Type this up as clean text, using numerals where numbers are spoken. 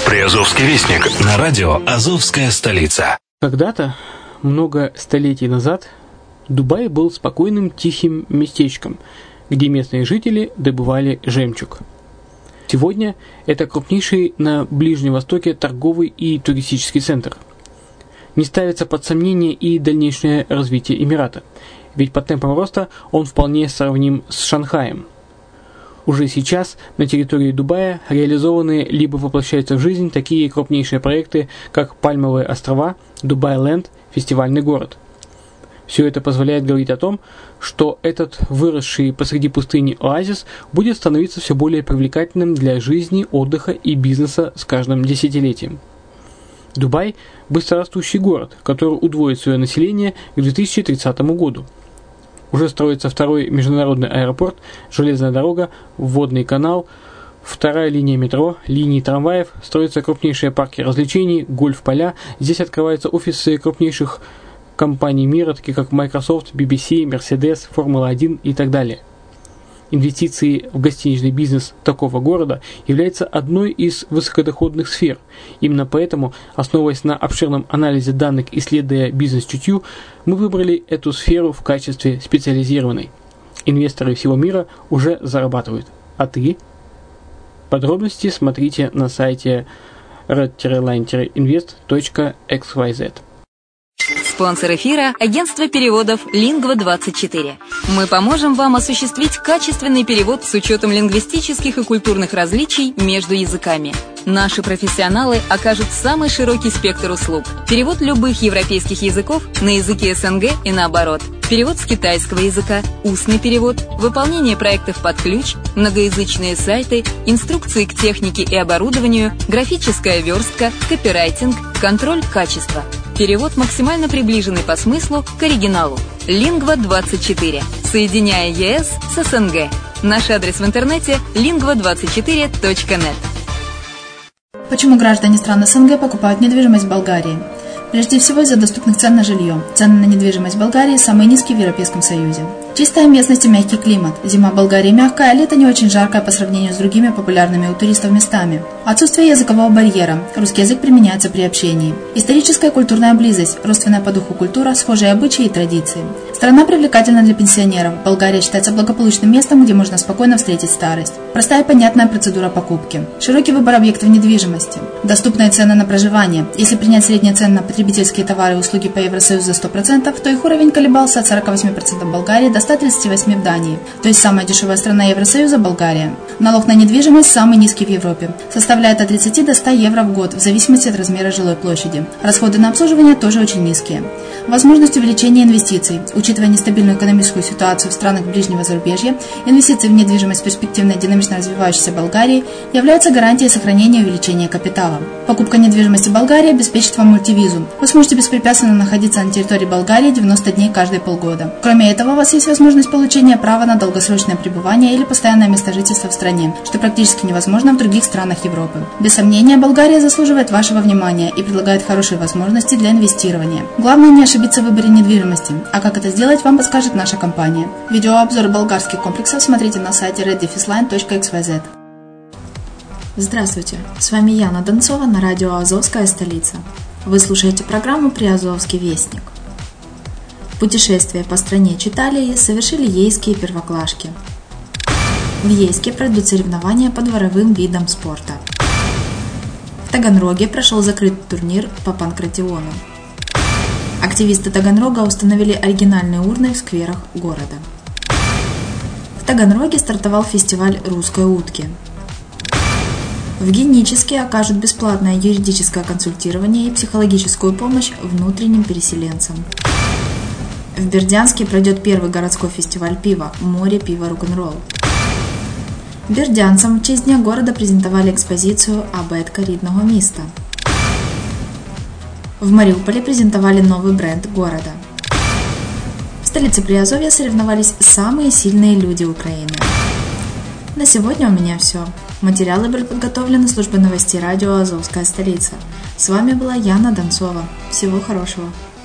Приазовский вестник на радио «Азовская столица». Когда-то, много столетий назад, Дубай был спокойным тихим местечком, где местные жители добывали жемчуг. Сегодня это крупнейший на Ближнем Востоке торговый и туристический центр. Не ставится под сомнение и дальнейшее развитие Эмирата, ведь по темпам роста он вполне сравним с Шанхаем. Уже сейчас на территории Дубая реализованы либо воплощаются в жизнь такие крупнейшие проекты, как Пальмовые острова, Дубай-Ленд, фестивальный город. Все это позволяет говорить о том, что этот выросший посреди пустыни оазис будет становиться все более привлекательным для жизни, отдыха и бизнеса с каждым десятилетием. Дубай – быстрорастущий город, который удвоит свое население к 2030 году. Уже строится второй международный аэропорт, железная дорога, водный канал, вторая линия метро, линии трамваев, строятся крупнейшие парки развлечений, гольф-поля. Здесь открываются офисы крупнейших компаний мира, таких как Microsoft, BBC, Mercedes, Формула-1 и так далее. Инвестиции в гостиничный бизнес такого города являются одной из высокодоходных сфер. Именно поэтому, основываясь на обширном анализе данных, исследуя бизнес-чутью, мы выбрали эту сферу в качестве специализированной. Инвесторы всего мира уже зарабатывают. А ты? Подробности смотрите на сайте red-line-invest.xyz. Спонсор эфира – агентство переводов Lingva24. Мы поможем вам осуществить качественный перевод с учетом лингвистических и культурных различий между языками. Наши профессионалы окажут самый широкий спектр услуг. Перевод любых европейских языков на языки СНГ и наоборот. Перевод с китайского языка, устный перевод, выполнение проектов под ключ, многоязычные сайты, инструкции к технике и оборудованию, графическая верстка, копирайтинг, контроль качества. Перевод максимально приближенный по смыслу к оригиналу. Lingva24. Соединяя ЕС с СНГ. Наш адрес в интернете lingva24.net. Почему граждане стран СНГ покупают недвижимость в Болгарии? Прежде всего из-за доступных цен на жилье. Цены на недвижимость в Болгарии самые низкие в Европейском Союзе. Чистая местность и мягкий климат. Зима в Болгарии мягкая, а лето не очень жаркое по сравнению с другими популярными у туристов местами. Отсутствие языкового барьера. Русский язык применяется при общении. Историческая и культурная близость. Родственная по духу культура, схожие обычаи и традиции. Страна привлекательна для пенсионеров. Болгария считается благополучным местом, где можно спокойно встретить старость. Простая и понятная процедура покупки. Широкий выбор объектов недвижимости. Доступные цены на проживание. Если принять средние цены на потребительские товары и услуги по Евросоюзу за 100%, то их уровень колебался от 48% в Болгарии до 138% в Дании. То есть самая дешевая страна Евросоюза – Болгария. Налог на недвижимость самый низкий в Европе. Составляет от 30 до 100 евро в год, в зависимости от размера жилой площади. Расходы на обслуживание тоже очень низкие. Возможность увеличения инвестиций. Учитывая нестабильную экономическую ситуацию в странах ближнего зарубежья, инвестиции в недвижимость в перспективной динамично развивающейся Болгарии являются гарантией сохранения и увеличения капитала. Покупка недвижимости в Болгарии обеспечит вам мультивизу. Вы сможете беспрепятственно находиться на территории Болгарии 90 дней каждые полгода. Кроме этого, у вас есть возможность получения права на долгосрочное пребывание или постоянное место жительства в стране, что практически невозможно в других странах Европы. Без сомнения, Болгария заслуживает вашего внимания и предлагает хорошие возможности для инвестирования. Главное не ошибиться в выборе недвижимости, а как это сделать, вам подскажет наша компания. Видеообзор болгарских комплексов смотрите на сайте red-line.xyz. Здравствуйте, с вами Яна Донцова на радио «Азовская столица». Вы слушаете программу «Приазовский вестник». Путешествие по стране Читалии совершили ейские первоклашки. В Ейске пройдут соревнования по дворовым видам спорта. В Таганроге прошел закрытый турнир по панкратиону. Активисты Таганрога установили оригинальные урны в скверах города. В Таганроге стартовал фестиваль русской утки. В Геническе окажут бесплатное юридическое консультирование и психологическую помощь внутренним переселенцам. В Бердянске пройдет первый городской фестиваль пива «Море пива рок-н-ролл». Бердянцам в честь Дня города презентовали экспозицию «Абетка рідного міста». В Мариуполе презентовали новый бренд города. В столице Приазовья соревновались самые сильные люди Украины. На сегодня у меня все. Материалы были подготовлены службой новостей радио «Азовская столица». С вами была Яна Донцова. Всего хорошего.